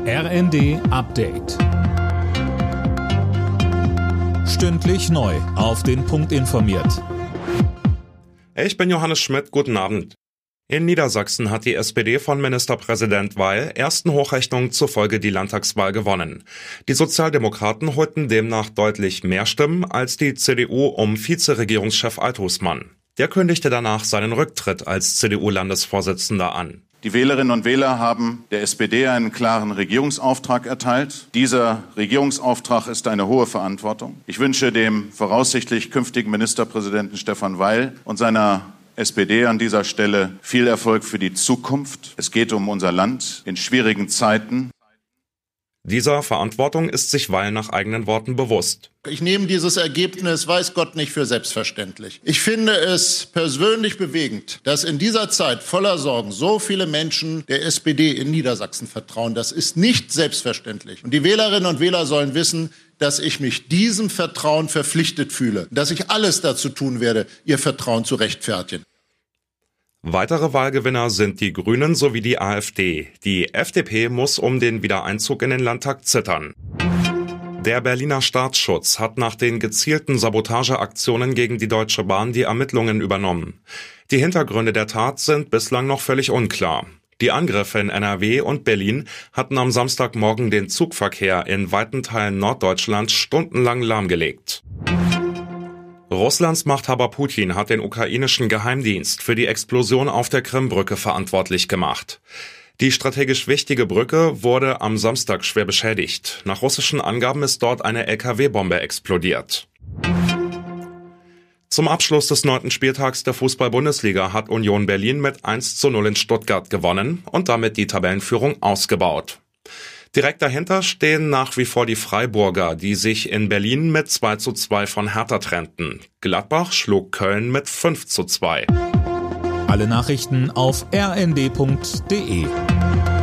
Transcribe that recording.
RND Update. Stündlich neu auf den Punkt informiert. Ich bin Johannes Schmidt, guten Abend. In Niedersachsen hat die SPD von Ministerpräsident Weil ersten Hochrechnungen zufolge die Landtagswahl gewonnen. Die Sozialdemokraten holten demnach deutlich mehr Stimmen als die CDU um Vizeregierungschef Alt-Husmann. Der kündigte danach seinen Rücktritt als CDU-Landesvorsitzender an. Die Wählerinnen und Wähler haben der SPD einen klaren Regierungsauftrag erteilt. Dieser Regierungsauftrag ist eine hohe Verantwortung. Ich wünsche dem voraussichtlich künftigen Ministerpräsidenten Stefan Weil und seiner SPD an dieser Stelle viel Erfolg für die Zukunft. Es geht um unser Land in schwierigen Zeiten. Dieser Verantwortung ist sich Weil nach eigenen Worten bewusst. Ich nehme dieses Ergebnis, weiß Gott, nicht für selbstverständlich. Ich finde es persönlich bewegend, dass in dieser Zeit voller Sorgen so viele Menschen der SPD in Niedersachsen vertrauen. Das ist nicht selbstverständlich. Und die Wählerinnen und Wähler sollen wissen, dass ich mich diesem Vertrauen verpflichtet fühle, dass ich alles dazu tun werde, ihr Vertrauen zu rechtfertigen. Weitere Wahlgewinner sind die Grünen sowie die AfD. Die FDP muss um den Wiedereinzug in den Landtag zittern. Der Berliner Staatsschutz hat nach den gezielten Sabotageaktionen gegen die Deutsche Bahn die Ermittlungen übernommen. Die Hintergründe der Tat sind bislang noch völlig unklar. Die Angriffe in NRW und Berlin hatten am Samstagmorgen den Zugverkehr in weiten Teilen Norddeutschlands stundenlang lahmgelegt. Russlands Machthaber Putin hat den ukrainischen Geheimdienst für die Explosion auf der Krimbrücke verantwortlich gemacht. Die strategisch wichtige Brücke wurde am Samstag schwer beschädigt. Nach russischen Angaben ist dort eine LKW-Bombe explodiert. Zum Abschluss des 9. Spieltags der Fußball-Bundesliga hat Union Berlin mit 1:0 in Stuttgart gewonnen und damit die Tabellenführung ausgebaut. Direkt dahinter stehen nach wie vor die Freiburger, die sich in Berlin mit 2:2 von Hertha trennten. Gladbach schlug Köln mit 5:2. Alle Nachrichten auf rnd.de.